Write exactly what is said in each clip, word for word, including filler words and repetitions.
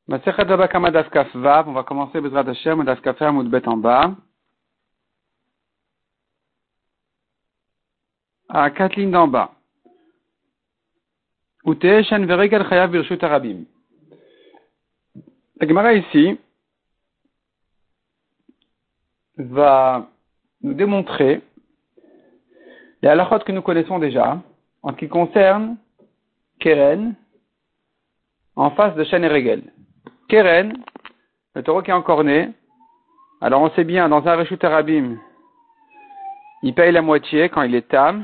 Masechet Baba Kama Daf Kaf Vav, on va commencer Bezrat Hashem, Daf Kaf Hamoud Bet en bas. À quatre lignes d'en bas. Ute Shen Veregel Chayav Birshut Arabim. La Gemara ici va nous démontrer les halachot que nous connaissons déjà en ce qui concerne Keren en face de Shen et Regel. Keren, le taureau qui est encorné, alors on sait bien, dans un Reshut Arabim, il paye la moitié quand il est tam,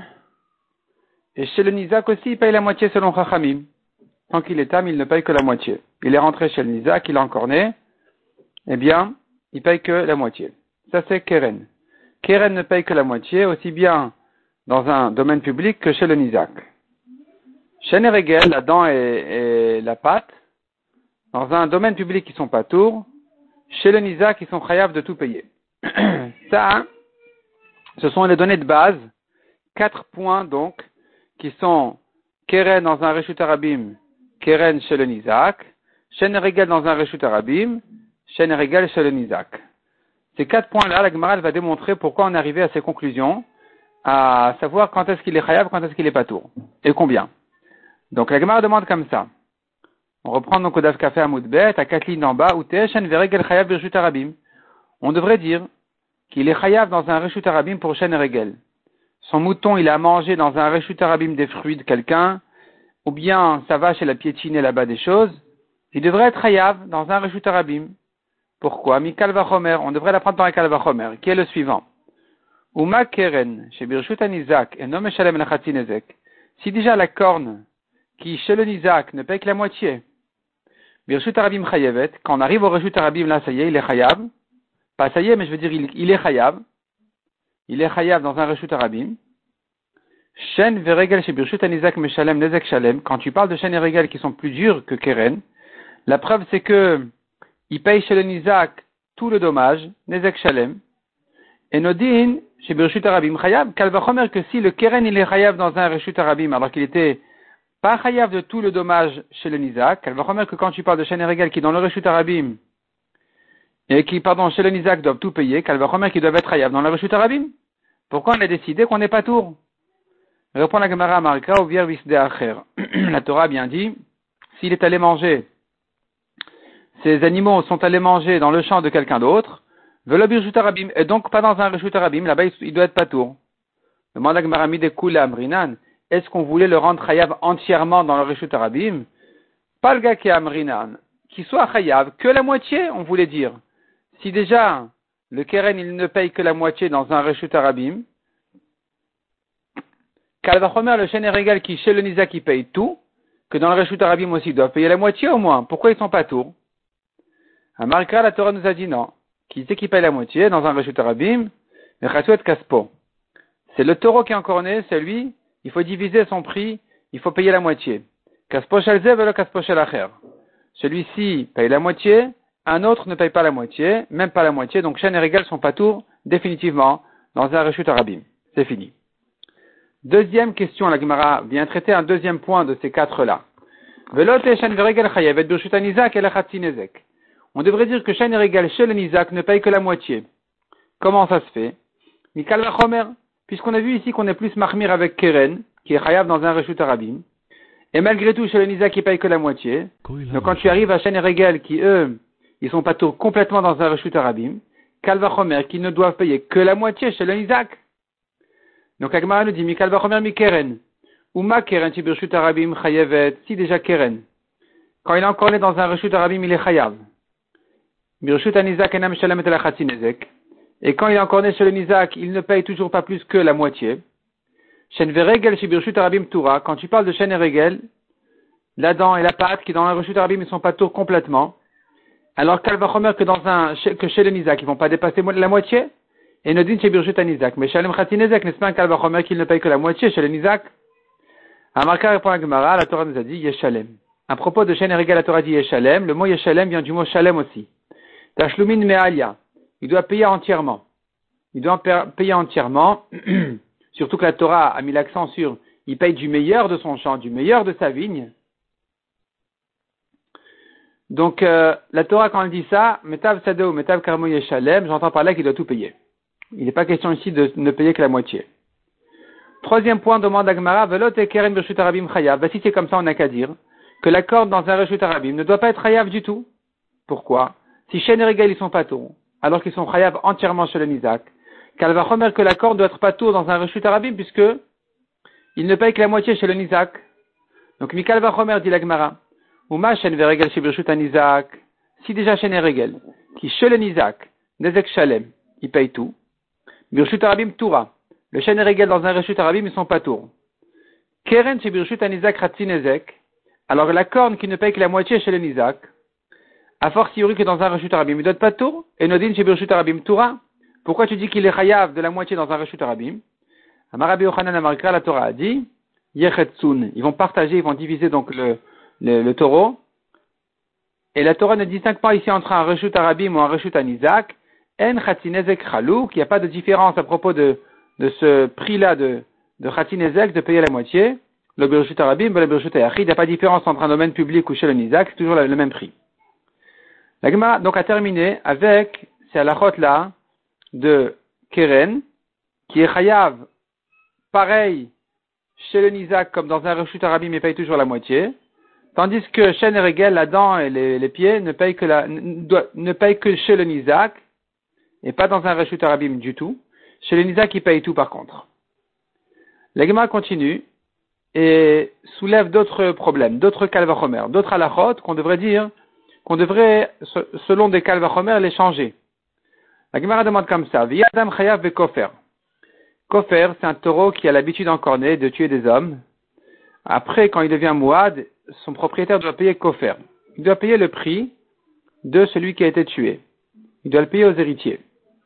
et chez le Nizak aussi, il paye la moitié selon Chachamim. Tant qu'il est tam, il ne paye que la moitié. Il est rentré chez le Nizak, il est encorné, eh bien, il paye que la moitié. Ça c'est Keren. Keren ne paye que la moitié, aussi bien dans un domaine public que chez le Nizak. Chez les Regel, la dent et, et la patte, dans un domaine public, ils sont pas tours. Chez le Nizak, ils sont chayav de tout payer. Ça, ce sont les données de base. Quatre points, donc, qui sont Keren dans un Reshut Arabim, Keren chez le Nizak, Shen Regel dans un Reshut Arabim, Shen Regel chez le Nizak. Ces quatre points-là, la Gemara va démontrer pourquoi on est arrivé à ces conclusions, à savoir quand est-ce qu'il est chayav, quand est-ce qu'il est pas tour, et combien. Donc la Gemara demande comme ça. On reprend donc au Daf Kafé à Moudbet, à quatre lignes en bas, où Shen Veregel Chayav Birshut Arabim. On devrait dire qu'il est Chayav dans un Reshut Arabim pour Shen Regel. Son mouton, il a mangé dans un Reshut Arabim des fruits de quelqu'un, ou bien sa vache, elle a piétiné là-bas des choses. Il devrait être Chayav dans un Reshut Arabim. Pourquoi? Mikal Vachomer, on devrait l'apprendre par un Kal Vachomer, qui est le suivant. Uma Keren, chez Birshut Anizak, et Nom Shalem Lachati Nezek. Si déjà la corne, qui chez le Nizak ne paye que la moitié, Birshut Arabim Chayevet, quand on arrive au Reshut Arabim, là, ça y est, il est Chayav. Pas ça y est, mais je veux dire, il, il est Chayav. Il est Chayav dans un Reshut Arabim. Shen Veregel chez Birshut Anizak Meshalem Nezek Shalem, quand tu parles de Shen et Regel qui sont plus durs que Keren, la preuve c'est que il paye chez le Nizak tout le dommage, Nezek Shalem. Et Nodin, chez Birshut Arabim Chayav, Kalvachomer que si le Keren il est Chayav dans un Reshut Arabim, alors qu'il était pas chayav de tout le dommage chez le Nizak, elle va remarquer que quand tu parles de Shen et Regel qui dans le Reshut Arabim, et qui, pardon, chez le Nizak doivent tout payer, qu'elle va remarquer qu'ils doivent être chayav dans le Reshut Arabim. Pourquoi on a décidé qu'on n'est pas tour? Répond la Gemara Marka ou Vier Visde Acher. La Torah a bien dit, s'il est allé manger, ces animaux sont allés manger dans le champ de quelqu'un d'autre, veut le Reshut Arabim, et donc pas dans un Reshut Arabim, là-bas il doit être pas tour. Demande la Gemara Mide Kula Amrinan. Est-ce qu'on voulait le rendre chayav entièrement dans le Reshut Arabim? Pas le gars qui est amrinan. Qu'il soit chayav que la moitié, on voulait dire. Si déjà, le Keren, il ne paye que la moitié dans un Reshut Arabim, Kalvachomer, le Shen et Regel qui, chez le Nizak, il paye tout, que dans le Reshut Arabim aussi, ils doivent payer la moitié au moins. Pourquoi ils sont pas tours? À Marka, la Torah nous a dit non. Qui sait qui paye la moitié dans un Reshut Arabim? Le Chasouet Kaspo. C'est le taureau qui est encorné, c'est lui. Il faut diviser son prix, il faut payer la moitié. Kasposhel zev et le kasposhel acher. Celui-ci paye la moitié, un autre ne paye pas la moitié, même pas la moitié, donc Shen et Regel sont pas tours, définitivement, dans un Reshut Arabim. C'est fini. Deuxième question, la Gemara vient traiter un deuxième point de ces quatre-là. Velot et Shen Regel chayavet birshut anizak et lachatzi nezek. On devrait dire que Shen et Regel chez le Nizak ne paye que la moitié. Comment ça se fait? Mikal vachomer. Puisqu'on a vu ici qu'on est plus marmir avec Keren, qui est chayav dans un Reshut Arabim, et malgré tout chez le Nizak qui paye que la moitié, donc quand tu arrives à Shen et Regel qui eux, ils sont pas tous complètement dans un Reshut Arabim, Kalvachomer qui ne doivent payer que la moitié chez le Nizak. Donc Agmara nous dit, mi Kalvachomer mi Keren, ou ma Keren si Birshut Arabim chayavet, si déjà Keren, quand il est encore né dans un Reshut Arabim il est chayav. Birshut Anizak enam shalem et lachatzi nezek. Et quand il est encore né chez le Nizak, il ne paye toujours pas plus que la moitié. Shen Veregel chez Birshut Arabim Toura. Quand tu parles de Shen et Regel, la dent et la patte qui dans le Reshut Arabim ils sont pas tours complètement. Alors Kalvachomer que dans un que chez le Nizak ils vont pas dépasser la moitié. Et Nodin chez Birshut Anizak. Mais Shalem Chati Nezek n'est-ce pas un Kalvachomer qu'il ne paye que la moitié chez le Nizak? Amarka répond à Gemara, la Torah nous a dit Yeshalem. À propos de Shen et Regel, la Torah dit Yeshalem. Le mot Yeshalem vient du mot Shalem aussi. Tashlumin Me'alia. Il doit payer entièrement. Il doit payer entièrement, surtout que la Torah a mis l'accent sur, il paye du meilleur de son champ, du meilleur de sa vigne. Donc, euh, la Torah, quand elle dit ça, Metav Sadeo, Metav Karmo Yeshalem, j'entends par là qu'il doit tout payer. Il n'est pas question ici de ne payer que la moitié. Troisième point, demande Agmara, Velot et Keren Bershut Arabim Chayav. Bah, si c'est comme ça, on n'a qu'à dire que la corde dans un Reshut Arabim ne doit pas être Chayav du tout. Pourquoi? Si Shen et Regel, ils sont pas tours, alors qu'ils sont Chayav entièrement chez le Nizak, qu'elle va remettre que la corde doit être pas tour dans un Reshut Arabim, puisque il ne paye que la moitié chez le Nizak. Donc, Mikal Vachomer dit l'Agmara. Uma Shen Veregel chez Bershut Nizak. Si déjà Shen et Regel, qui chez le Nizak, Nezek Shalem, ils payent tout. Bershut Arabim Toura. Le Shen et Regel dans un Reshut Arabim, ils sont pas tours. Keren chez Bershut Nizak Ratzi Nezek. Alors, la corne qui ne paye que la moitié chez le Nizak, a fortiori que dans un Reshut Arabim, il donne pas de tour. Et Nodin chez Bershut Arabim Toura. Pourquoi tu dis qu'il est chayav de la moitié dans un Reshut Arabim? Amarabi Yochanan Amarkra, la Torah a dit, Yechetsun. Ils vont partager, ils vont diviser donc le, le, le taureau. Et la Torah ne distingue pas ici entre un Reshut Arabim ou un Reshut Anizak. En Chatinezek Chalouk. Il n'y a pas de différence à propos de, de ce prix-là de, de Chatinezek, de payer la moitié. Le Bershut Arabim, le Bershut Ayachid. Il n'y a pas de différence entre un domaine public ou chez le Nizak. C'est toujours le, le même prix. La Gemara donc a terminé avec ces halachot là de Keren, qui est chayav, pareil chez le Nizak comme dans un Reshut Arabim, mais paye toujours la moitié, tandis que Shen et Regel, la dent et les, les pieds, ne payent que la, ne, ne payent que chez le Nizak, et pas dans un Reshut Arabim du tout. Chez le Nizak, ils payent tout par contre. La Gemara continue et soulève d'autres problèmes, d'autres kalvachomer, d'autres halachot qu'on devrait dire, qu'on devrait, selon des kalvachomer, les changer. La Gemara demande comme ça, V'yadam chayav ve'kofer. Kofer, c'est un taureau qui a l'habitude encorné de tuer des hommes. Après, quand il devient mouad, son propriétaire doit payer kofer. Il doit payer le prix de celui qui a été tué. Il doit le payer aux héritiers.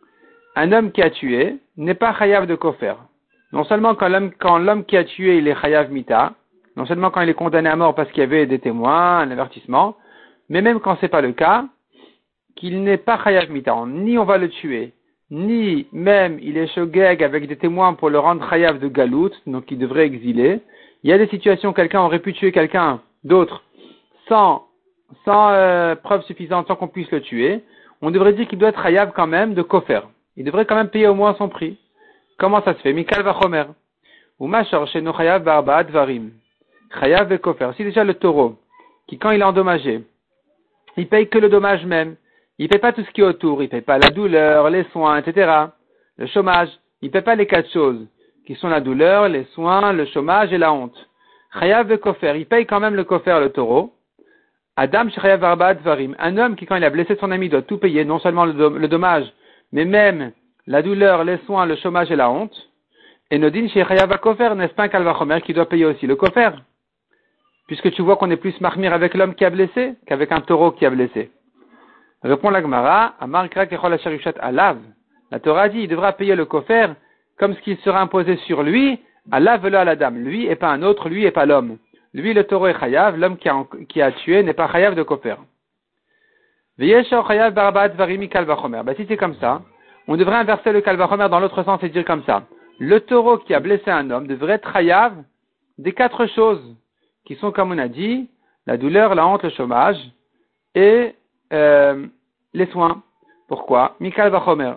Un homme qui a tué n'est pas chayav de kofer. Non seulement quand l'homme, quand l'homme qui a tué, il est chayav mita, non seulement quand il est condamné à mort parce qu'il y avait des témoins, un avertissement, mais même quand c'est pas le cas, qu'il n'est pas chayav mita, ni on va le tuer, ni même il est shogeg avec des témoins pour le rendre chayav de galout, donc il devrait exiler. Il y a des situations où quelqu'un aurait pu tuer quelqu'un d'autre sans, sans euh, preuve suffisante, sans qu'on puisse le tuer. On devrait dire qu'il doit être chayav quand même de kofer. Il devrait quand même payer au moins son prix. Comment ça se fait? Mikal vachomer. Ou machor sheno chayav barba dvarim. Chayav ve kofer. Si déjà le taureau, qui quand il est endommagé, il paye que le dommage même. Il paye pas tout ce qui est autour. Il paye pas la douleur, les soins, et cetera. Le chômage. Il paye pas les quatre choses, qui sont la douleur, les soins, le chômage et la honte. Chayav ve kofer. Il paye quand même le kofer, le taureau. Adam shechayav arbaat varim. Un homme qui, quand il a blessé son ami, doit tout payer, non seulement le, do- le dommage, mais même la douleur, les soins, le chômage et la honte. Et Nodin shechayav kofer, n'est-ce pas un kalvachomer qui doit payer aussi le kofer? Puisque tu vois qu'on est plus marmire avec l'homme qui a blessé qu'avec un taureau qui a blessé. Répond la Gemara, Amar Krak Echol Asherushat Alav. La Torah dit, il devra payer le kofer comme ce qui sera imposé sur lui, Alav velo à la dame. Lui et pas un autre, lui et pas l'homme. Lui, le taureau est chayav, l'homme qui a, qui a tué n'est pas chayav de kofer. V'yeshor chayav barbat varimi kalvachomer. Ben, si c'est comme ça, on devrait inverser le kalvachomer dans l'autre sens et dire comme ça. Le taureau qui a blessé un homme devrait être chayav des quatre choses qui sont, comme on a dit, la douleur, la honte, le chômage et euh, les soins. Pourquoi? Mikal vachomer.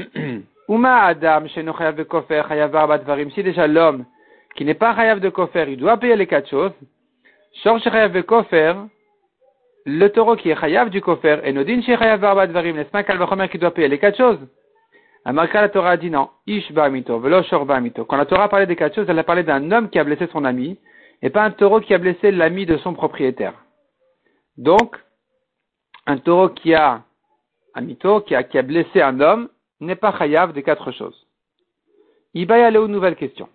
Uma adam sheno chayav de kofer chayav barbat varim. Si déjà l'homme qui n'est pas chayav de kofer, il doit payer les quatre choses. Shor chayav de kofer, le taureau qui est chayav du kofer, et nodin chayav barbat varim, n'est-ce pas kalvachomer qui doit payer les quatre choses? Amarka, la Torah a dit non. Ish ba'amito, velo shor ba'amito. Quand la Torah parlait des quatre choses, elle a parlé d'un homme qui a blessé son ami, et pas un taureau qui a blessé l'ami de son propriétaire. Donc, un taureau qui a un mito, qui a, qui a blessé un homme, n'est pas chayav des quatre choses. Il va y aller aux nouvelles questions.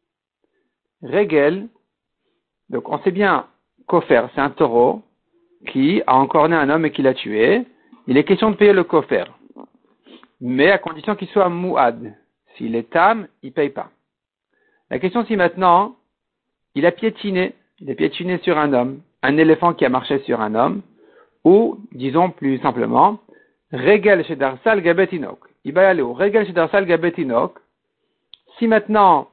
Regel, donc on sait bien, kofer, c'est un taureau qui a encorné un homme et qui l'a tué. Il est question de payer le kofer, mais à condition qu'il soit mouad. S'il est tam, il ne paye pas. La question si maintenant, il a piétiné, il a piétiné sur un homme, un éléphant qui a marché sur un homme, ou, disons plus simplement, Regel chez Darsal Gabetinok. Il va y aller au Regel chez Darsal Gabetinok. Si maintenant,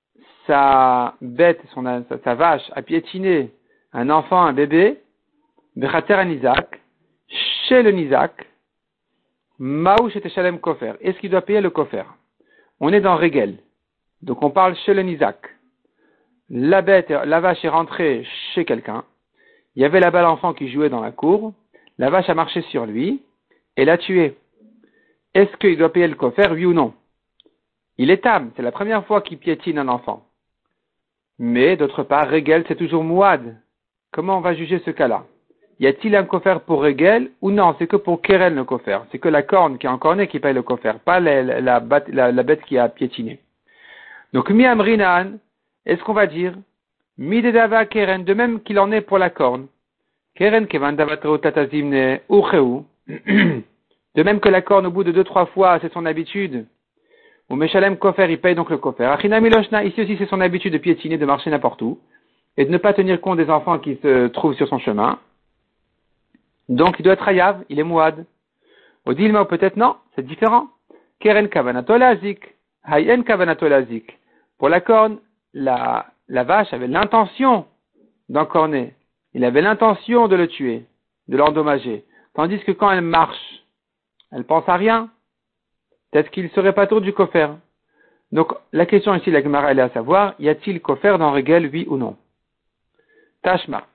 sa bête, son, sa, sa vache a piétiné un enfant, un bébé, Bechater à Nizak, chez le Nizak, Maou chez Teshalem Kofer. Est-ce qu'il doit payer le Kofer? On est dans Regel. Donc on parle chez le Nizak. La bête, la vache est rentrée chez quelqu'un. Il y avait là-bas l'enfant qui jouait dans la cour. La vache a marché sur lui et l'a tué. Est-ce qu'il doit payer le Kofer, oui ou non? Il est tam, c'est la première fois qu'il piétine un enfant. Mais d'autre part, Regel, c'est toujours Mouad. Comment on va juger ce cas-là? Y a-t-il un Kofer pour Regel ou non? C'est que pour Keren le Kofer. C'est que la corne qui est encornée qui paye le Kofer, pas la, la, la, la, la bête qui a piétiné. Donc, mi amrinan, est-ce qu'on va dire mi dedava Keren, de même qu'il en est pour la corne. Keren kevan davatro tatazimne ucheu. De même que la corne, au bout de deux, trois fois, c'est son habitude. Ou Meshalem Kofer, il paye donc le Kofer. Achina Miloshna, ici aussi c'est son habitude de piétiner, de marcher n'importe où, et de ne pas tenir compte des enfants qui se trouvent sur son chemin. Donc il doit être Hayav, il est Mouad. Au Dilma, ou peut-être non, c'est différent. Keren Kavanato Lazik, Hayen Kavanato Lazik. Pour la corne, la, la vache avait l'intention d'encorner. Il avait l'intention de le tuer, de l'endommager. Tandis que quand elle marche, elle pense à rien. Peut-être qu'il serait pas tour du Kofer. Donc, la question ici, la Gemara, elle est à savoir, y a-t-il Kofer dans Regel, oui ou non? Tashma.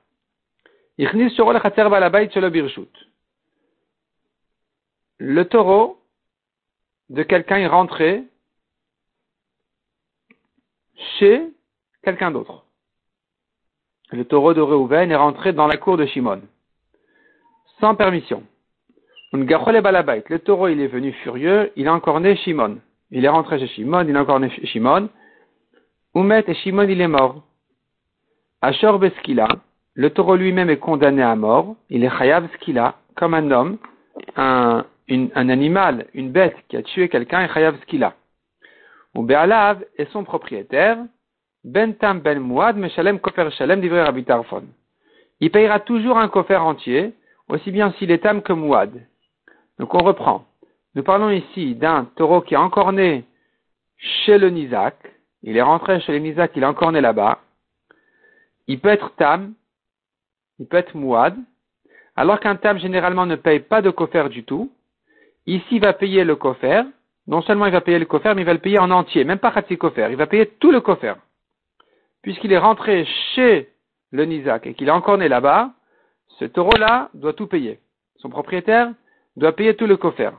Le taureau de quelqu'un est rentré chez quelqu'un d'autre. Le taureau de Reuven est rentré dans la cour de Shimon, sans permission. Le taureau, il est venu furieux, il a encorné Shimon. Il est rentré chez Shimon, il a encorné Shimon. Oumet et Shimon, il est mort. Ashor Beskila, le taureau lui-même est condamné à mort. Il est Chayav Skila, comme un homme, un, une, un animal, une bête qui a tué quelqu'un est Chayav Skila. Ou Be'alav est son propriétaire, Ben Tam Ben Mouad, Meshalem Kofer Shalem, divrei Rabbi Tarfon. Il payera toujours un kofer entier, aussi bien s'il est tam que Mouad. Donc on reprend. Nous parlons ici d'un taureau qui est encorné chez le Nizak. Il est rentré chez le Nizak, il est encorné là-bas. Il peut être tam, il peut être Mouad. Alors qu'un tam généralement ne paye pas de kofer du tout. Ici il va payer le kofer. Non seulement il va payer le kofer, mais il va le payer en entier, même pas khatsi kofer. Il va payer tout le kofer. Puisqu'il est rentré chez le Nizak et qu'il est encorné là-bas, ce taureau-là doit tout payer. Son propriétaire doit payer tout le kofer.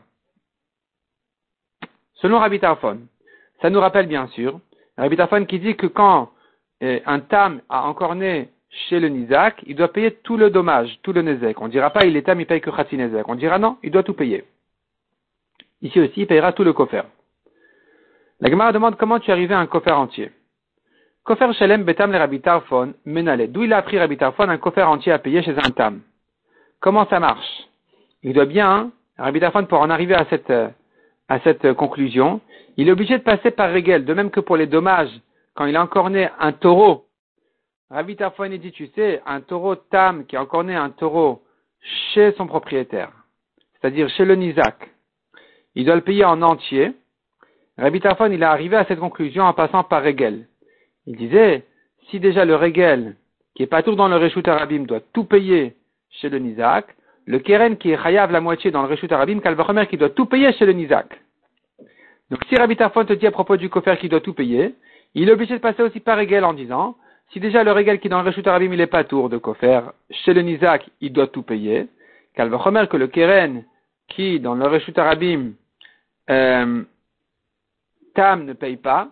Selon Rabbi Tarfon, ça nous rappelle bien sûr, Rabbi Tarfon qui dit que quand eh, un tam a encorné chez le Nizak, il doit payer tout le dommage, tout le nezek. On ne dira pas il est tam, il paye que khatsi nezek. On dira non, il doit tout payer. Ici aussi, il payera tout le kofer. La Gemara demande comment tu es arrivé à un kofer entier. Kofer Shalem Betam le Rabbi Tarfon Menale. D'où il a appris Rabbi Tarfon un kofer entier à payer chez un tam. Comment ça marche? Il doit bien, hein, Rabbi Tarfon, pour en arriver à cette, à cette conclusion, il est obligé de passer par Regel, de même que pour les dommages, quand il a encorné un taureau. Rabbi Tarfon dit, tu sais, un taureau tam qui a encorné un taureau chez son propriétaire, c'est-à-dire chez le Nizak, il doit le payer en entier. Rabbi Tarfon, il est arrivé à cette conclusion en passant par Regel. Il disait, si déjà le Regel, qui est pas tout dans le Reshut Arabim, doit tout payer chez le Nizak, le Keren qui est Chayav la moitié dans le Reshut Arabim, Kalvachomer qui doit tout payer chez le Nizak. Donc si Rabbi Tarfon te dit à propos du Kofer qui doit tout payer, il est obligé de passer aussi par Regel en disant, si déjà le Regel qui est dans le Reshut Arabim, il est pas tour de Kofer, chez le Nizak, il doit tout payer, Kalvachomer que le Keren qui dans le Reshut Arabim, euh, Tam ne paye pas,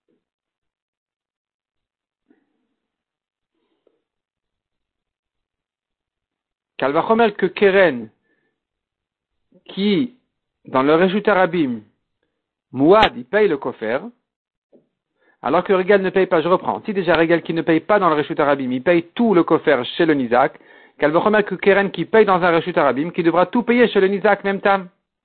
Kalvachomer que Keren, qui, dans le Reshut Arabim, Mouad, il paye le kofer, alors que Regel ne paye pas, je reprends. Si déjà Regel qui ne paye pas dans le Reshut Arabim, il paye tout le kofer chez le Nizak, Kalvachomer que Keren qui paye dans un Reshut Arabim, qui devra tout payer chez le Nizak, même Tam.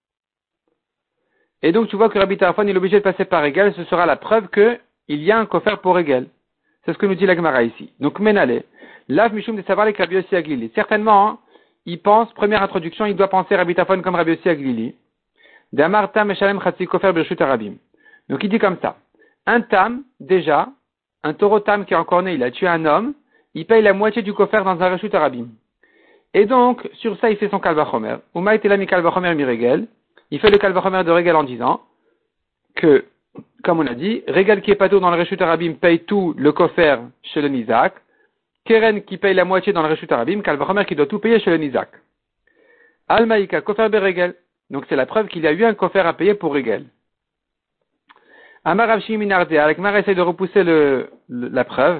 Et donc tu vois que Rabbi Tarfon est obligé de passer par Regel, ce sera la preuve que il y a un kofer pour Regel. C'est ce que nous dit la Gemara ici. Donc Menale, Lav Mishum de savoir les Rabbi Yossi Aglili. Certainement, hein, il pense, première introduction, il doit penser Rabbi Tarfon comme Rabbi Yossi Aglili. Damar Tam Meshalem Chatzi Kofer Birshut Arabim. Donc il dit comme ça. Un Tam, déjà, un taureau Tam qui est encorné, il a tué un homme, il paye la moitié du kofer dans un Reshut Arabim. Et donc, sur ça, il fait son kalvachomer. Uma était là mi kalvachomer mi regel. Il fait le kalvachomer de regel en disant que, comme on a dit, regel qui est patour dans le Reshut Arabim paye tout le kofer chez le Nizak. Keren qui paye la moitié dans le Reshut Arabim, kalvachomer qui doit tout payer chez le Nizak. Almaïka kofer be regel. Donc c'est la preuve qu'il y a eu un kofer à payer pour regel. Amar Rav Shimi Nardé, la Gemara essaie de repousser le, le, la preuve.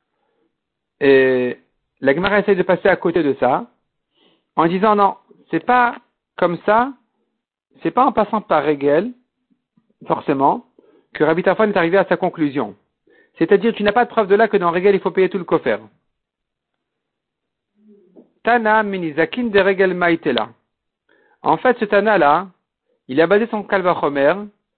Et la Gemara essaie de passer à côté de ça. En disant non, c'est pas comme ça, c'est pas en passant par Regel, forcément, que Rabbi Tarfon est arrivé à sa conclusion. C'est-à-dire, tu n'as pas de preuve de là que dans Regel, il faut payer tout le kofer. Tana minizakin de Regel maïtela. En fait, ce Tana-là, il a basé son kalvachomer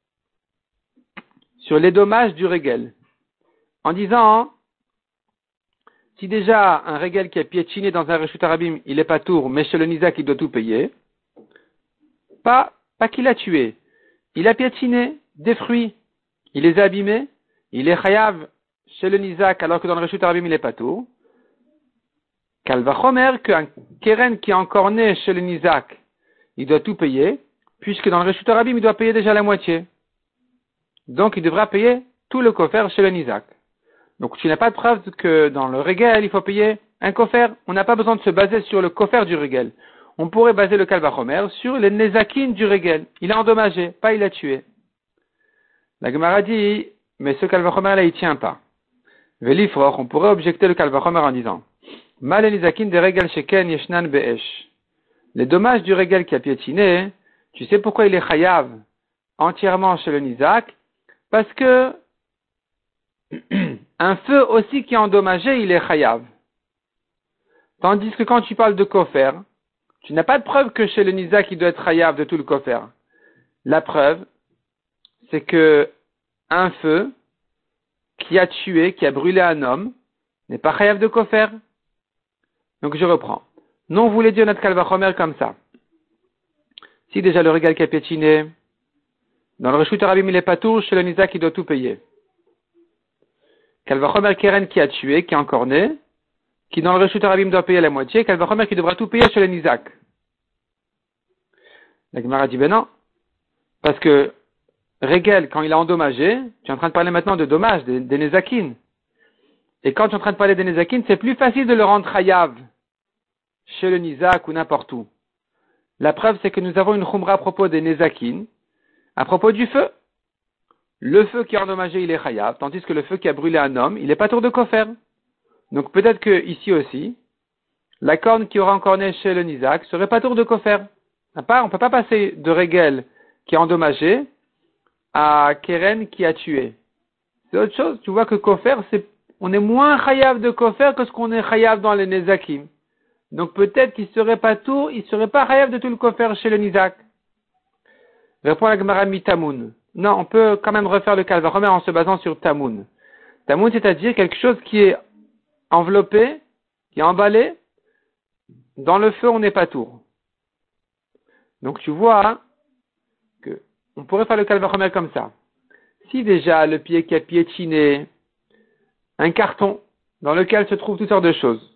sur les dommages du Regel. En disant, si déjà un Regel qui a piétiné dans un Reshut Arabim, il est pas tour, mais chez le Nizak, il doit tout payer. Pas, pas qu'il a tué. Il a piétiné des fruits. Il les a abîmés. Il est chayav chez le Nizak, alors que dans le Reshut Arabim, il est pas tour. Kalvachomer, qu'un keren qui est encore né chez le Nizak, il doit tout payer, puisque dans le Reshut Arabim, il doit payer déjà la moitié. Donc, il devra payer tout le kofer chez le Nizak. Donc, tu n'as pas de preuve que dans le Regel, il faut payer un kofer. On n'a pas besoin de se baser sur le kofer du Regel. On pourrait baser le kalvachomer sur les nezakin du Regel. Il a endommagé, pas il a tué. La Gemara dit, mais ce kalvachomer-là, il tient pas. Velifroch, on pourrait objecter le kalvachomer en disant, mal nezakin de Regel sheken yeshnan be'esh. Les dommages du Regel qui a piétiné, tu sais pourquoi il est chayav entièrement chez le Nizak? Parce que un feu aussi qui est endommagé, il est chayav. Tandis que quand tu parles de kofer, tu n'as pas de preuve que chez le Nizak, il doit être chayav de tout le kofer. La preuve, c'est que un feu qui a tué, qui a brûlé un homme, n'est pas chayav de kofer. Donc je reprends. Non, vous voulez dire notre kalvachomer comme ça. Si déjà le Regel qui a piétiné, dans le Reshut Arabim, il est pas tout, chez le Nizak, il doit tout payer. Kalvachomer Keren qui a tué, qui est encore né, qui dans le Reshut Arabim doit payer la moitié, Kalvachomer qui devra tout payer chez le Nizak. La Gemara dit ben non. Parce que Regel, quand il a endommagé, tu es en train de parler maintenant de dommages, des, des Nezakin. Et quand tu es en train de parler des Nezakin, c'est plus facile de le rendre chayav chez le Nizak ou n'importe où. La preuve, c'est que nous avons une chumra à propos des Nezakin, à propos du feu. Le feu qui a endommagé, il est chayav, tandis que le feu qui a brûlé un homme, il est pas tour de kofer. Donc peut-être que ici aussi, la corne qui aura encore né chez le Nizak serait pas tour de kofer. On ne peut pas passer de Regel qui a endommagé à Keren qui a tué. C'est autre chose. Tu vois que kofer, c'est, on est moins chayav de kofer que ce qu'on est chayav dans les Nezakim. Donc peut-être qu'il serait pas tour, il serait pas chayav de tout le kofer chez le Nizak. Répond la Gemara mi Tamoun. Non, on peut quand même refaire le kalvachomer en se basant sur Tamoun. Tamoun, c'est-à-dire quelque chose qui est enveloppé, qui est emballé. Dans le feu, on n'est pas tour. Donc tu vois hein, que on pourrait faire le kalvachomer comme ça. Si déjà le pied qui a piétiné un carton dans lequel se trouvent toutes sortes de choses,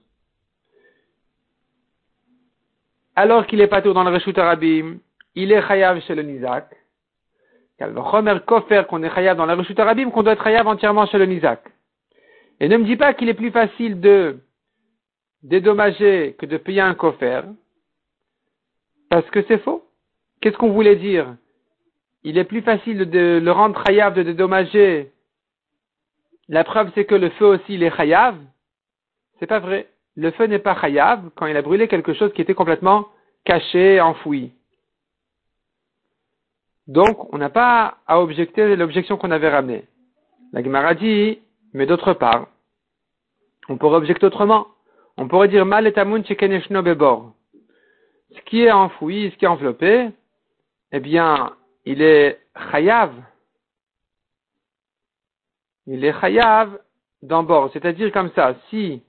alors qu'il est pas tour dans le Reshut Arabim, il est chayav chez le Nizak. Kalvachomer kofer qu'on est chayav dans le Reshut Arabim, qu'on doit être chayav entièrement chez le Nizak. Et ne me dis pas qu'il est plus facile de dédommager que de payer un kofer, parce que c'est faux. Qu'est-ce qu'on voulait dire? Il est plus facile de le rendre chayav, de dédommager. La preuve, c'est que le feu aussi, il est chayav. C'est pas vrai. Le feu n'est pas chayav quand il a brûlé quelque chose qui était complètement caché, enfoui. Donc, on n'a pas à objecter l'objection qu'on avait ramenée. La Gemara dit, mais d'autre part, on pourrait objecter autrement. On pourrait dire mal et tamoun chekeneshno bebor. Ce qui est enfoui, ce qui est enveloppé, eh bien, il est chayav. Il est chayav dans bord. C'est-à-dire comme ça, si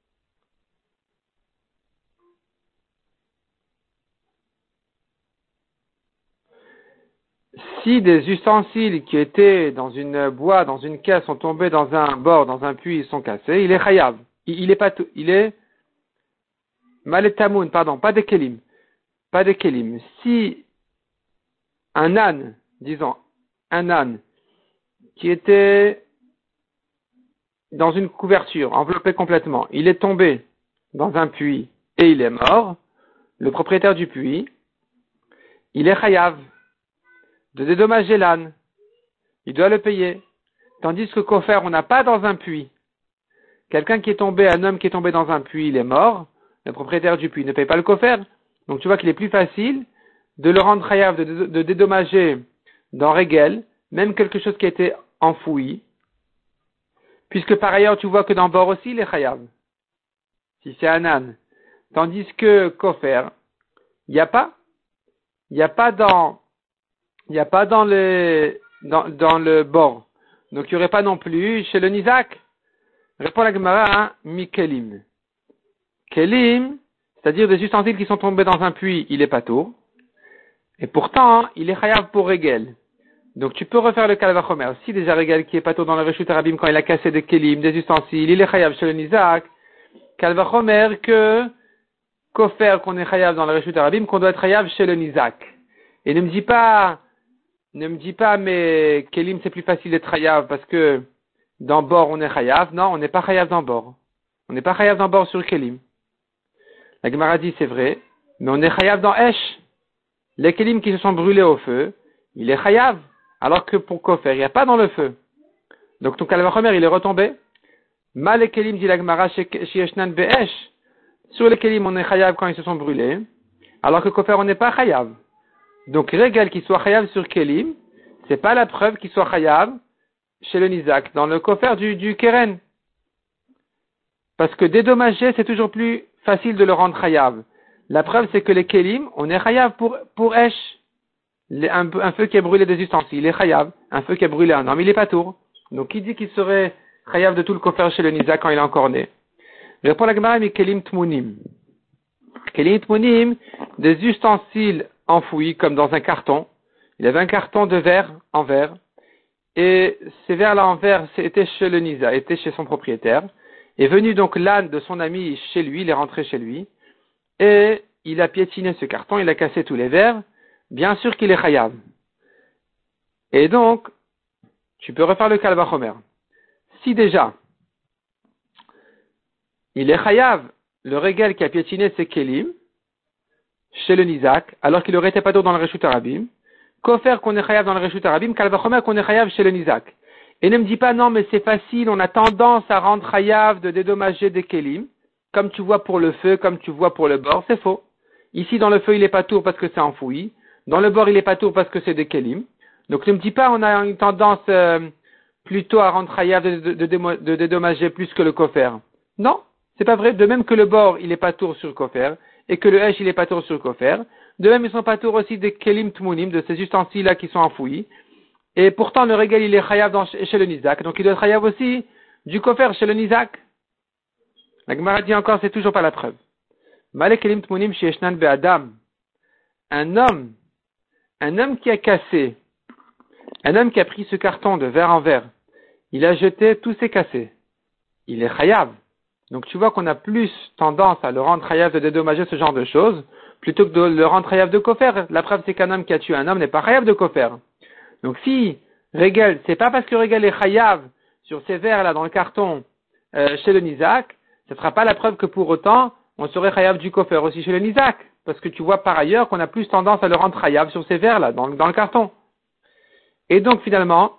si des ustensiles qui étaient dans une boîte, dans une caisse, sont tombés dans un bord, dans un puits, ils sont cassés, il est chayav. Il, il est pas tout, il est Maletamoun, pardon, pas des kelim. Pas des kelim. Si un âne, disons, un âne, qui était dans une couverture, enveloppé complètement, il est tombé dans un puits et il est mort, le propriétaire du puits, il est chayav de dédommager l'âne. Il doit le payer. Tandis que kofer, on n'a pas dans un puits. Quelqu'un qui est tombé, un homme qui est tombé dans un puits, il est mort, le propriétaire du puits ne paye pas le kofer. Donc tu vois qu'il est plus facile de le rendre chayav, de, de, de dédommager dans Régel, même quelque chose qui a été enfoui, puisque par ailleurs tu vois que dans Bor aussi il est chayav, si c'est un âne. Tandis que kofer, il n'y a pas, il n'y a pas dans, il n'y a pas dans le, dans, dans le Bor. Donc il n'y aurait pas non plus chez le Nizak. Répond la Gemara, hein, mi kelim. Kelim, c'est-à-dire des ustensiles qui sont tombés dans un puits, il est patour. Et pourtant, il est chayav pour Régel. Donc tu peux refaire le Kal Vachomer. Si déjà Régel qui est patour dans le Reshut Arabim quand il a cassé des kelim, des ustensiles, il est chayav chez le Nizak. Kal Vachomer que kofer qu'on est chayav dans le Reshut Arabim, qu'on doit être chayav chez le Nizak. Et ne me dis pas, ne me dis pas, mais kelim c'est plus facile d'être chayav parce que dans Bor on est chayav. Non, on n'est pas chayav dans Bor. On n'est pas chayav dans Bor sur kelim. La Gemara dit c'est vrai, mais on est chayav dans Esh. Les kelim qui se sont brûlés au feu, il est chayav. Alors que pour kofer, il n'y a pas dans le feu. Donc ton Kal Vachomer, il est retombé. Mal les kelim dit la Gemara chez Yeshnan Be'esh. Sur les kelim, on est chayav quand ils se sont brûlés. Alors que kofer, on n'est pas chayav. Donc Régel qui soit chayav sur kelim, c'est pas la preuve qu'il soit chayav chez le Nizak, dans le kofer du, du Keren. Parce que dédommager, c'est toujours plus facile de le rendre chayav. La preuve, c'est que les kelim, on est chayav pour, pour Esh. Les, un, un feu qui a brûlé des ustensiles, il est chayav. Un feu qui a brûlé un homme, il est pas tour. Donc, qui dit qu'il serait chayav de tout le kofer chez le Nizak quand il est encore né? Répond la Gemara, mais kelim tmunim. Kelim tmunim, des ustensiles enfouis, comme dans un carton. Il avait un carton de verre, en verre. Et ces verres-là en verre, étaient chez le Nizak, étaient chez son propriétaire. Est venu donc l'âne de son ami chez lui, il est rentré chez lui. Et il a piétiné ce carton, il a cassé tous les verres. Bien sûr qu'il est chayav. Et donc, tu peux refaire le Kal Vachomer. Si déjà, il est chayav, le Régel qui a piétiné ses kelim, chez le Nizak, alors qu'il aurait été pas dans le Reshut Arabim, kofer qu'on est chayav dans le Reshut Arabim, Kal Vachomer qu'on est chayav chez le Nizak. Et ne me dis pas non, mais c'est facile, on a tendance à rendre chayav de dédommager des kelim, comme tu vois pour le feu, comme tu vois pour le bord, c'est faux. Ici, dans le feu, il est pas tour parce que c'est enfoui. Dans le bord, il est pas tour parce que c'est des kelim. Donc, ne me dis pas, on a une tendance euh, plutôt à rendre chayav de, de, de, de, de dédommager plus que le kofer. Non, c'est pas vrai. De même que le bord, il est pas tour sur le kofer, et que le esh, il est pas tour sur le kofer. De même, ils sont pas tour aussi des kelim tmunim, de ces ustensiles-là qui sont enfouis. Et pourtant, le Régel, il est chayav dans, chez le Nizak. Donc, il doit être chayav aussi du kofer chez le Nizak. La Gemara dit encore, c'est toujours pas la preuve. Malek kelim tmunim sheyeshnan be'adam. Un homme, un homme qui a cassé, un homme qui a pris ce carton de verre en verre, il a jeté tous ses cassés. Il est chayav. Donc tu vois qu'on a plus tendance à le rendre chayav de dédommager ce genre de choses, plutôt que de le rendre chayav de kofer. La preuve, c'est qu'un homme qui a tué un homme n'est pas chayav de kofer. Donc si Régel, c'est pas parce que Régel est chayav sur ces verres-là dans le carton euh, chez le Nizak, ce ne sera pas la preuve que pour autant, on serait chayav du kofer aussi chez le Nizak. Parce que tu vois par ailleurs qu'on a plus tendance à le rendre chayav sur ces verres-là, dans, dans le carton. Et donc finalement,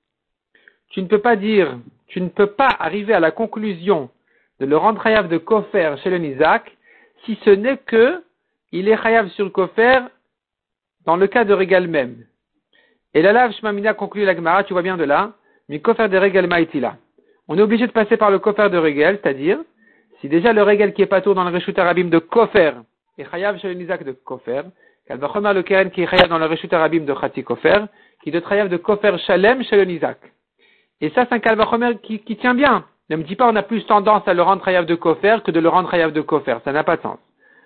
tu ne peux pas dire, tu ne peux pas arriver à la conclusion de le rendre chayav de kofer chez le Nizak, si ce n'est que il est chayav sur le kofer dans le cas de Régel même. Et la lave Shmamina conclut la Gemara, tu vois bien de là, mi kofer de Régel maïtila. On est obligé de passer par le kofer de Régel, c'est-à-dire, si déjà le Régel qui est pas tour dans le Reshut Arabim de kofer est chayav chez le Nizak de kofer, Kal Vachomer le Keren qui est chayav dans le Reshut Arabim de chati kofer, qui doit être chayav de kofer shalem chez le Nizak. Et ça, c'est un Kal Vachomer qui, qui tient bien. Ne me dis pas on a plus tendance à le rendre chayav de kofer que de le rendre chayav de kofer. Ça n'a pas de sens.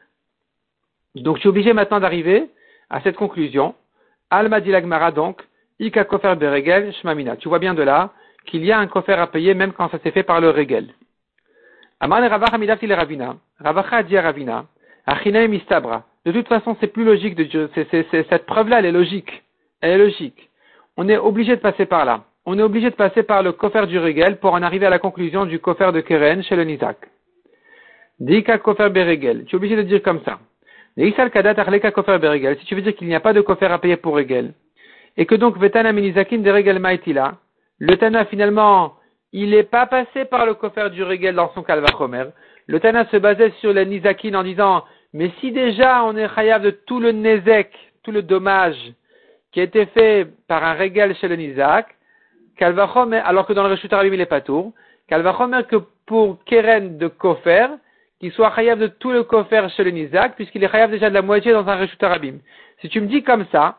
Donc, je suis obligé maintenant d'arriver à cette conclusion. Alma dit la Gemara donc, Ika kofer beregel shmamina. Tu vois bien de là qu'il y a un kofer à payer même quand ça s'est fait par le Régel. Aman Ravacha midafti le Ravina. Ravacha a dit à Ravina, Achina mistabra. De toute façon, c'est plus logique de dire, c'est, c'est, c'est, cette preuve-là, elle est logique. Elle est logique. On est obligé de passer par là. On est obligé de passer par le kofer du Regel pour en arriver à la conclusion du kofer de Keren chez le Nizak. Dika kofer beregel. Tu es obligé de dire comme ça. Neisal kadat arleka kofer beregel. Si tu veux dire qu'il n'y a pas de kofer à payer pour Regel. Et que donc, vetana minizakin de Regel maitila. Le Tana, finalement, il n'est pas passé par le kofer du Regel dans son kalvachomer. Le Tana se basait sur les nizakin en disant, mais si déjà on est chayav de tout le nezek, tout le dommage qui a été fait par un Regel chez le nizak, kalvachomer, alors que dans le Reshut Rabim il est pas tour, kalvachomer que pour keren de kofer, qu'il soit chayav de tout le kofer chez le nizak, puisqu'il est chayav déjà de la moitié dans un Reshut Rabim. Si tu me dis comme ça,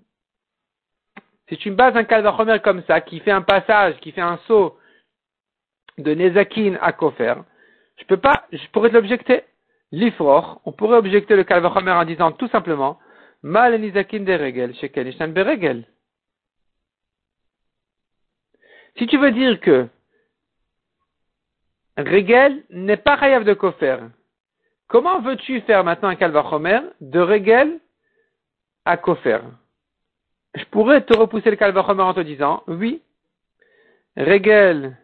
si tu me bases un kalvachomer comme ça, qui fait un passage, qui fait un saut de nezakin à kofer, je peux pas, je pourrais te l'objecter. L'ifroch, on pourrait objecter le kalvachomer en disant tout simplement, mal nizakin de regel, shekel ishtan beregel. Si tu veux dire que regel n'est pas chayav de kofer, comment veux-tu faire maintenant un kalvachomer de regel à kofer? Je pourrais te repousser le kalvachomer en te disant, oui, regel,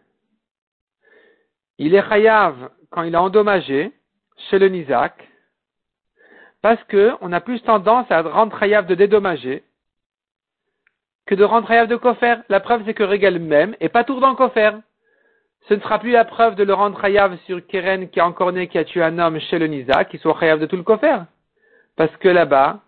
il est chayav quand il a endommagé chez le nizak, parce que on a plus tendance à rendre chayav de dédommager que de rendre chayav de kofer. La preuve, c'est que regel même est pas tour dans kofer. Ce ne sera plus la preuve de le rendre chayav sur keren qui a encore né, qui a tué un homme chez le nizak, qui soit chayav de tout le kofer. Parce que là-bas,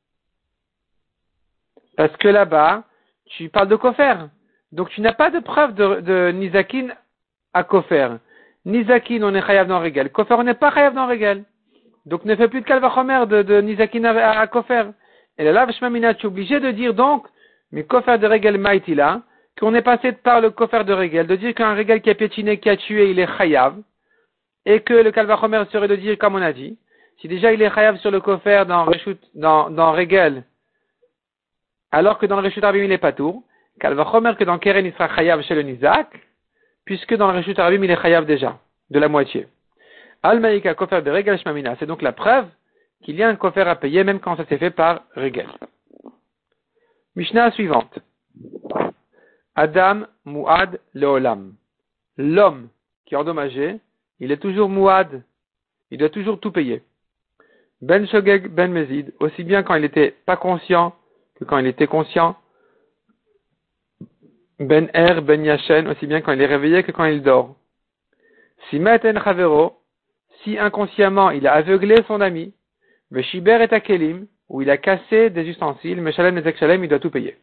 parce que là-bas, tu parles de kofer. Donc tu n'as pas de preuve de, de nizakin à kofer. Nizakin, on est chayav dans regel. Kofer, on n'est pas chayav dans regel. Donc ne fais plus de kalvachomer de, de nizakin à, à kofer. Et là, Vashmamina, tu es obligé de dire donc, mais kofer de regel maïtila, qu'on est passé par le kofer de regel, de dire qu'un regel qui a piétiné, qui a tué, il est chayav, et que le kalvachomer serait de dire, comme on a dit, si déjà il est chayav sur le kofer dans reshut, dans, dans regel, alors que dans le reshut arbim il est pas tour, kalvachomer que dans keren il sera chayav chez le nizak, puisque dans le reshut arbim il est chayav déjà, de la moitié. Al-Maïka kofer de regel shmamina. C'est donc la preuve qu'il y a un kofer à payer même quand ça s'est fait par regel. Mishnah suivante. Adam muad leolam. L'homme qui est endommagé, il est toujours muad. Il doit toujours tout payer. Ben shogeg ben mezid, aussi bien quand il n'était pas conscient que quand il était conscient. Ben er ben yashen, aussi bien quand il est réveillé que quand il dort. Si meten chavero, si inconsciemment il a aveuglé son ami, Veshiber et Akelim, où il a cassé des ustensiles, Meshalem et Zekshalem, il doit tout payer.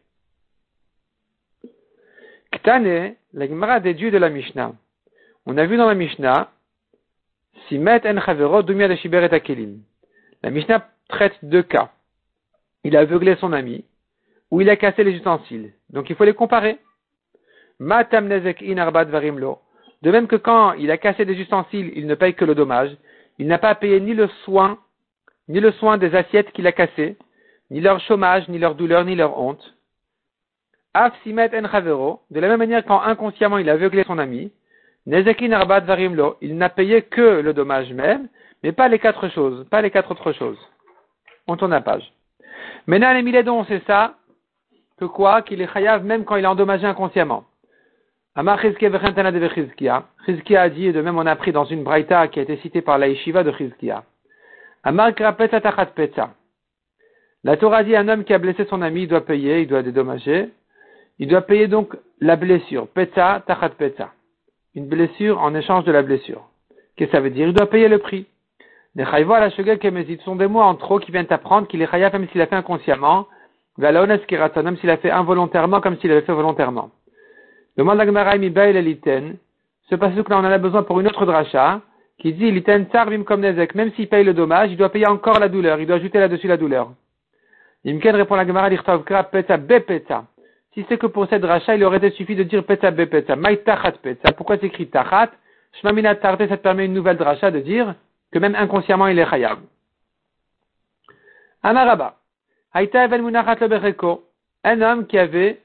Ktane, la Gemara déduit de la Mishnah. On a vu dans la Mishnah, si met en chavero, dumia de Shiber et Akelim. La Mishnah traite deux cas. Il a aveuglé son ami, ou il a cassé les ustensiles. Donc il faut les comparer. Matam nezek in arbat varimlo. De même que quand il a cassé des ustensiles, il ne paye que le dommage. Il n'a pas à payer ni le soin, ni le soin des assiettes qu'il a cassées, ni leur chômage, ni leur douleur, ni leur honte. Af simet en chavero. De la même manière, quand inconsciemment il a aveuglé son ami, nezekin arbat varimlo. Il n'a payé que le dommage même, mais pas les quatre choses, pas les quatre autres choses. On tourne la page. Maintenant, les milédons, c'est ça, que quoi? Qu'il est chayav même quand il a endommagé inconsciemment. Amar Chizkia vechentana de Chizkia. Chizkia a dit, et de même on a appris dans une braïta qui a été citée par la yeshiva de Chizkia. Amar krapetza tachat petza. La Torah dit un homme qui a blessé son ami, il doit payer, il doit dédommager. Il doit payer donc la blessure. Petza tachat petza. Une blessure en échange de la blessure. Qu'est-ce que ça veut dire? Il doit payer le prix. Les chayvo à la shogel kemezid sont des mots en trop qui viennent apprendre qu'il est chayav même s'il a fait inconsciemment. V'alaones kiraton, même s'il a fait involontairement comme s'il avait fait volontairement. Demande la Gemara mibail eliten. Ce passage là on en a besoin pour une autre dracha qui dit liten tsarbim comme nezek. Même s'il paye le dommage, il doit payer encore la douleur. Il doit ajouter là-dessus la douleur. Imken répond la Gemara l'irtav kra petza be petza. Si c'est que pour cette dracha, il aurait été suffi de dire petza be petza. Maï tachat petza. Pourquoi c'est écrit tachat? Shmamina tarte, ça te permet une nouvelle dracha de dire que même inconsciemment il est chayav. Amaraba. Haïta even munachat le bereko. Un homme qui avait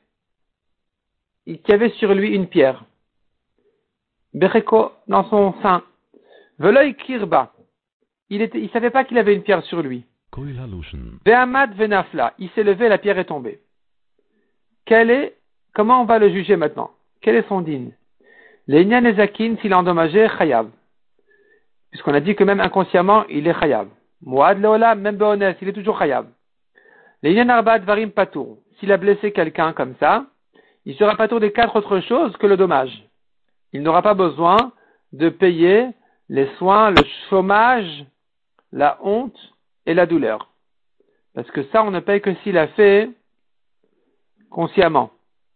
qui avait sur lui une pierre. Bereko dans son sein. Veloy kirba. Il était, il savait pas qu'il avait une pierre sur lui. Ve'amad venafla. Il s'est levé, la pierre est tombée. Quel est, comment on va le juger maintenant? Quel est son din? L'Einyan Nezakin, s'il a endommagé, chayav. Puisqu'on a dit que même inconsciemment, il est chayav. Moad leolam, même be'ones, il est toujours chayav. L'Einyan Arbat varim patour. S'il a blessé quelqu'un comme ça, il sera patour des quatre autres choses que le dommage. Il n'aura pas besoin de payer les soins, le chômage, la honte et la douleur. Parce que ça, on ne paye que s'il a fait consciemment.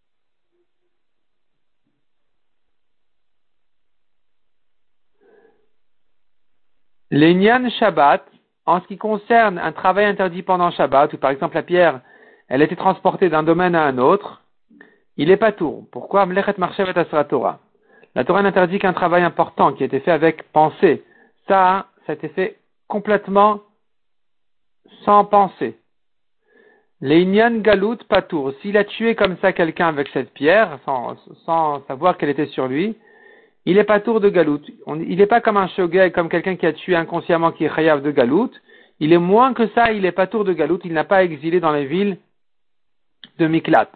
L'Einyan Shabbat, en ce qui concerne un travail interdit pendant Shabbat, ou par exemple la pierre, elle a été transportée d'un domaine à un autre, il est patour. Pourquoi? Mlechet marchevet asra Torah. La Torah n'interdit qu'un travail important qui a été fait avec pensée. Ça, ça a été fait complètement sans pensée. L'Einyan Galut patour. S'il a tué comme ça quelqu'un avec cette pierre, sans, sans savoir qu'elle était sur lui, il est patour de Galut. On, il n'est pas comme un shogeg, comme quelqu'un qui a tué inconsciemment qui est chayav de Galut. Il est moins que ça, il est patour de Galut. Il n'a pas exilé dans les villes de Miklat.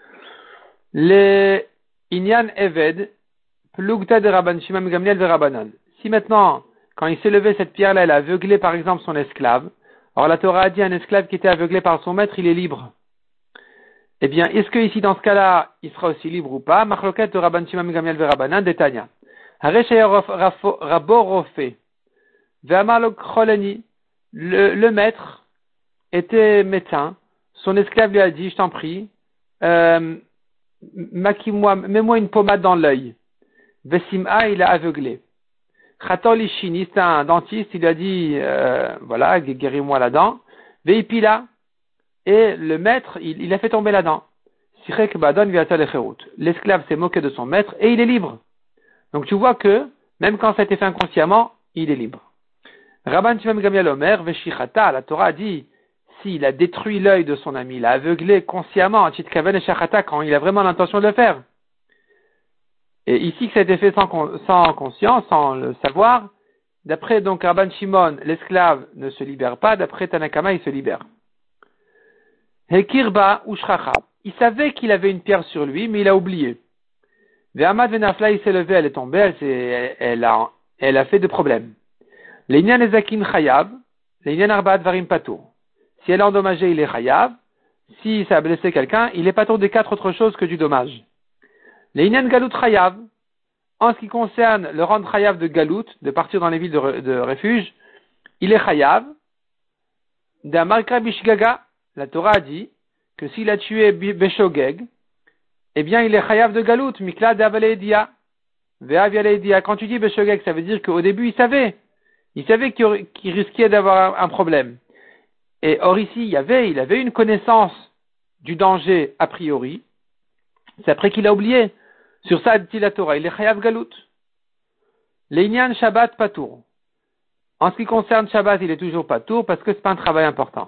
Les Inyan Eved, Plugta de Rabban Shimon Gamliel ve Rabbanan. Si maintenant, quand il s'est levé cette pierre-là, elle a aveuglé par exemple son esclave. Alors la Torah a dit un esclave qui était aveuglé par son maître, il est libre. Eh bien, est-ce que ici, dans ce cas-là, il sera aussi libre ou pas? Machloket de Rabban Shimon Gamliel ve Rabbanan, Detanya. Hareshaya Rabo Rofe. Ve'amalok Choleni. Le maître était médecin. Son esclave lui a dit, je t'en prie, euh, maquille-moi, mets-moi une pommade dans l'œil. Vesim'a, il a aveuglé. Chator Lishini, c'est un dentiste, il lui a dit, euh, voilà, guéris-moi la dent. Veipila, et le maître, il, il a fait tomber la dent. Sirek Badon viatal echerut. L'esclave s'est moqué de son maître et il est libre. Donc tu vois que, même quand ça a été fait inconsciemment, il est libre. Rabban Shimon Gamliel Omer, Veshichata, la Torah dit, s'il a détruit l'œil de son ami, il a aveuglé consciemment, Chitkaven et Shachata, quand il a vraiment l'intention de le faire. Et ici, que ça a été fait sans, sans conscience, sans le savoir, d'après donc Rabban Shimon, l'esclave ne se libère pas, d'après Tanakama, il se libère. Hekirba ou Shracha. Il savait qu'il avait une pierre sur lui, mais il a oublié. Ve'amad venafla, il s'est levé, elle est tombée, elle, elle, elle, a, elle a fait de problèmes. L'Einyan Nezakin chayav, l'Einyan Arbaat varim patour. Si elle a endommagé, il est chayav. Si ça a blessé quelqu'un, il est patour des quatre autres choses que du dommage. L'Einyan Galut chayav, en ce qui concerne le rendre chayav de Galut, de partir dans les villes de, de refuge, il est chayav. D'Amarka Bishgaga, la Torah a dit que s'il a tué Beshogeg, eh bien il est chayav de Galut, Mikla d'Avaleidia, Ve'avialeidia. Quand tu dis Beshogeg, ça veut dire qu'au début il savait. Il savait qu'il, qu'il risquait d'avoir un problème. Et or ici, il y avait, il avait une connaissance du danger a priori. C'est après qu'il a oublié. Sur ça, dit la Torah, il est chayav galut. L'Einyan Shabbat patour. En ce qui concerne Shabbat, il est toujours patour parce que c'est pas un travail important.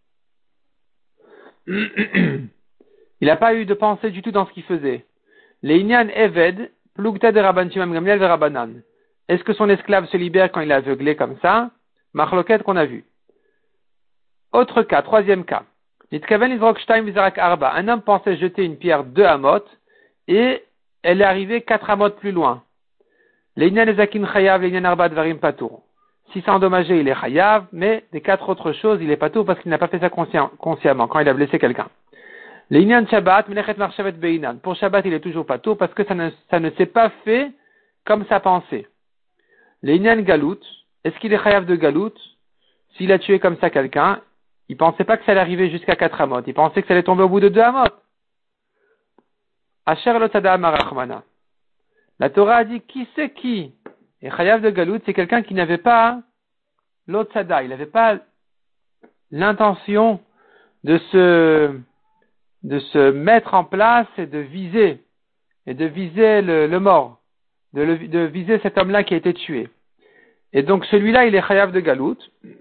Il n'a pas eu de pensée du tout dans ce qu'il faisait. L'Einyan Eved, Plugta de Rabban Shimon Gamliel ve Rabbanan. Est-ce que son esclave se libère quand il est aveuglé comme ça? Machloket qu'on a vu. Autre cas, troisième cas. Un homme pensait jeter une pierre de Hamot et elle est arrivée quatre Hamot plus loin. L'Einyan Ezakin chayav, l'Einyan Arbaat varim patour. Si c'est endommagé, il est chayav, mais des quatre autres choses, il est patour parce qu'il n'a pas fait ça conscient, consciemment, quand il a blessé quelqu'un. L'Einyan Shabbat, Melechet Marchevet Beinan. Pour Shabbat, il est toujours patour parce que ça ne, ça ne s'est pas fait comme sa pensée. L'Einyan Galut, est-ce qu'il est chayav de Galut? S'il a tué comme ça quelqu'un, il pensait pas que ça allait arriver jusqu'à quatre amot. Il pensait que ça allait tomber au bout de deux amot. Asher lotada marachmana. La Torah a dit qui c'est qui? Et chayav de Galut, c'est quelqu'un qui n'avait pas l'otzada. Il n'avait pas l'intention de se, de se mettre en place et de viser, et de viser le, le mort. De, le, de viser cet homme-là qui a été tué. Et donc celui-là, il est chayav de Galut.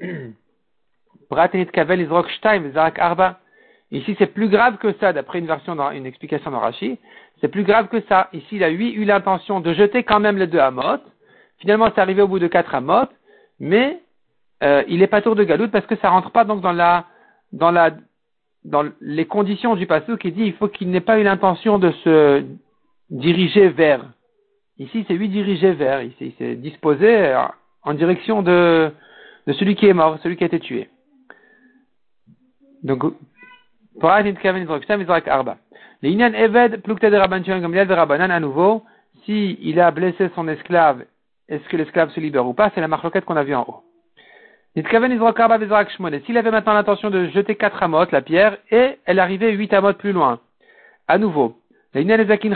Ici, c'est plus grave que ça, d'après une version, dans, une explication dans Rashi. C'est plus grave que ça. Ici, il a, lui, eu l'intention de jeter quand même les deux Hamot. Finalement, c'est arrivé au bout de quatre amot, mais euh, il est pas tour de galoute parce que ça rentre pas donc dans la dans la dans les conditions du pasuk qui dit il faut qu'il n'ait pas eu l'intention de se diriger vers. Ici, c'est lui dirigé vers. Ici, il s'est disposé en direction de de celui qui est mort, celui qui a été tué. Donc, pour Arba. Les Inyan Eved, Plukta de Rabban Shimon Gamliel de Rabbanan, à nouveau, si il a blessé son esclave, est-ce que l'esclave se libère ou pas? C'est la marloquette qu'on a vue en haut. S'il avait maintenant l'intention de jeter quatre amotes, la pierre, et elle arrivait huit amotes plus loin. À nouveau. S'il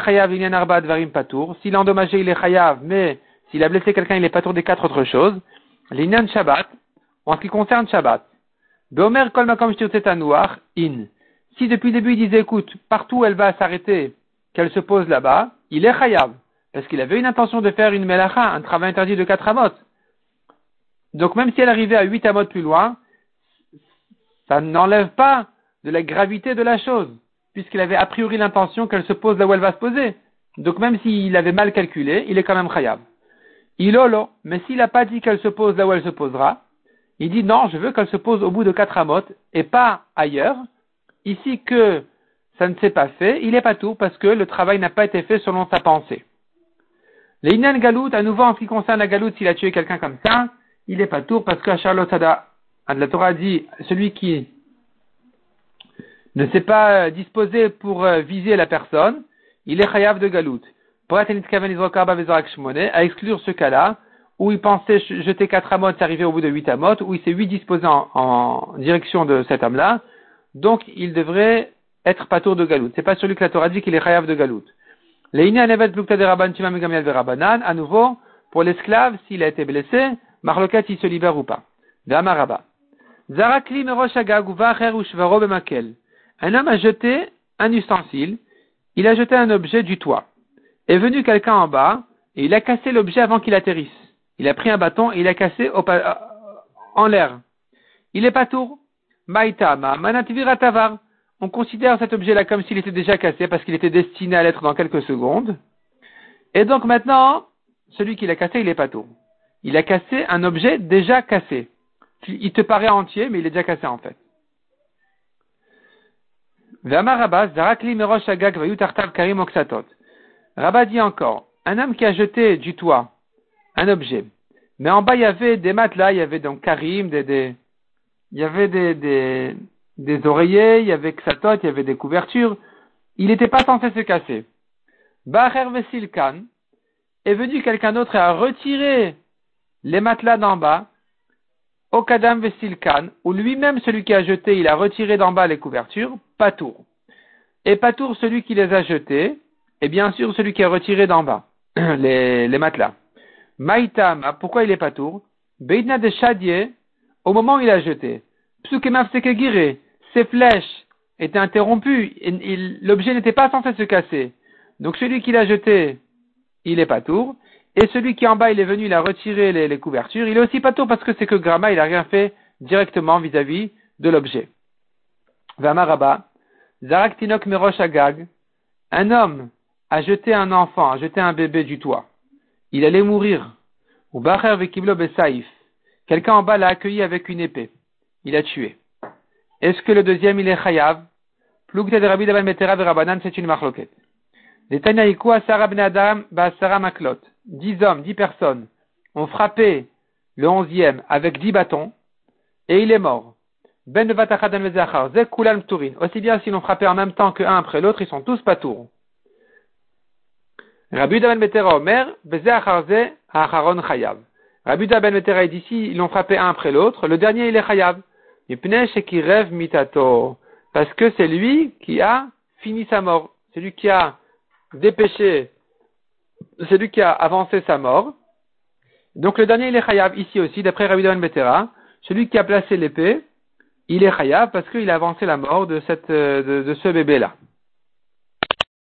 a endommagé, il est chayav, mais s'il a blessé quelqu'un, il est patour des quatre autres choses. L'inyan Shabbat, en ce qui concerne Shabbat. Beomer kol makom shtirtzet anuach, in. Si depuis le début il disait, écoute, partout où elle va s'arrêter, qu'elle se pose là-bas, il est chayav. Parce qu'il avait une intention de faire une melacha, un travail interdit de quatre amot. Donc même si elle arrivait à huit amot plus loin, ça n'enlève pas de la gravité de la chose, puisqu'il avait a priori l'intention qu'elle se pose là où elle va se poser. Donc même s'il avait mal calculé, il est quand même chayav. Ilolo, mais s'il n'a pas dit qu'elle se pose là où elle se posera, il dit non, je veux qu'elle se pose au bout de quatre amot et pas ailleurs. Ici que ça ne s'est pas fait, il est pas tout parce que le travail n'a pas été fait selon sa pensée. Les Inan Galout, à nouveau en ce qui concerne la Galout, s'il a tué quelqu'un comme ça, il est pas tout parce que Charlotte Sada, la Torah dit, celui qui ne s'est pas disposé pour viser la personne, il est chayav de Galout. Pour être à exclure ce cas-là, où il pensait jeter quatre amot, c'est arrivé au bout de huit amot, où il s'est huit disposé en, en direction de cet homme-là, donc il devrait être patour de Galout. C'est pas celui que la Torah dit qu'il est chayav de Galout. Les evet plukta de Rabban Shimon ben Gamliel de Rabbanan, à nouveau, pour l'esclave, s'il a été blessé, marloket, il se libère ou pas. D'amaraba. Zarakli merosh agag uva acher ushvaro bemakel. Un homme a jeté un ustensile, il a jeté un objet du toit. Est venu quelqu'un en bas, et il a cassé l'objet avant qu'il atterrisse. Il a pris un bâton et il a cassé au pa- en l'air. Il est patour. Maïtama, manatvira. On considère cet objet-là comme s'il était déjà cassé parce qu'il était destiné à l'être dans quelques secondes. Et donc maintenant, celui qui l'a cassé, il est patour. Il a cassé un objet déjà cassé. Il te paraît entier, mais il est déjà cassé en fait. Rabba dit encore, un homme qui a jeté du toit un objet, mais en bas il y avait des matelas, il y avait donc karim, des, des, il y avait des, des, des oreillers, il y avait ksatot, il y avait des couvertures, il n'était pas censé se casser. Bacher vesilkan, est venu quelqu'un d'autre et a retiré les matelas d'en bas, au kadam vesilkan, ou lui-même celui qui a jeté, il a retiré d'en bas les couvertures, patour. Et patour celui qui les a jetés, et bien sûr celui qui a retiré d'en bas, les, les matelas. Maïtam, pourquoi il est patour? Beidna de Shadier, au moment où il a jeté. Psukemav sekegire, ses flèches étaient interrompues, et, et l'objet n'était pas censé se casser. Donc celui qui l'a jeté, il est patour. Et celui qui en bas, il est venu, il a retiré les, les couvertures, il est aussi patour parce que c'est que Grama, il a rien fait directement vis-à-vis de l'objet. Vamaraba, Zarak Tinok Merosh Agag, un homme a jeté un enfant, a jeté un bébé du toit. Il allait mourir. Ou Bacher Vekiblo Besaïf. Quelqu'un en bas l'a accueilli avec une épée. Il a tué. Est-ce que le deuxième, il est chayav? Plukte de Rabbi Daban Betera Verabanan, c'est une marloquette. Les Tanyaïkou Asara Ben Adam Basara Maklot. Dix hommes, dix personnes ont frappé le onzième avec dix bâtons et il est mort. Ben Vatachadan Vezachar, Zek Kulan Pturin. Aussi bien s'ils l'ont frappé en même temps qu'un après l'autre, ils sont tous patours. Rabbi Daban Betera Omer, Bezeacharze Acharon Chayav. Rabbi Daban Betera est d'ici, ils l'ont frappé un après l'autre, le dernier il est Chayav. Mipnei Shekirev Mitato. Parce que c'est lui qui a fini sa mort. C'est lui qui a dépêché, c'est lui qui a avancé sa mort. Donc le dernier il est Chayav ici aussi, d'après Rabbi Daban Betera. Celui qui a placé l'épée, il est Chayav parce qu'il a avancé la mort de, cette, de, de ce bébé-là.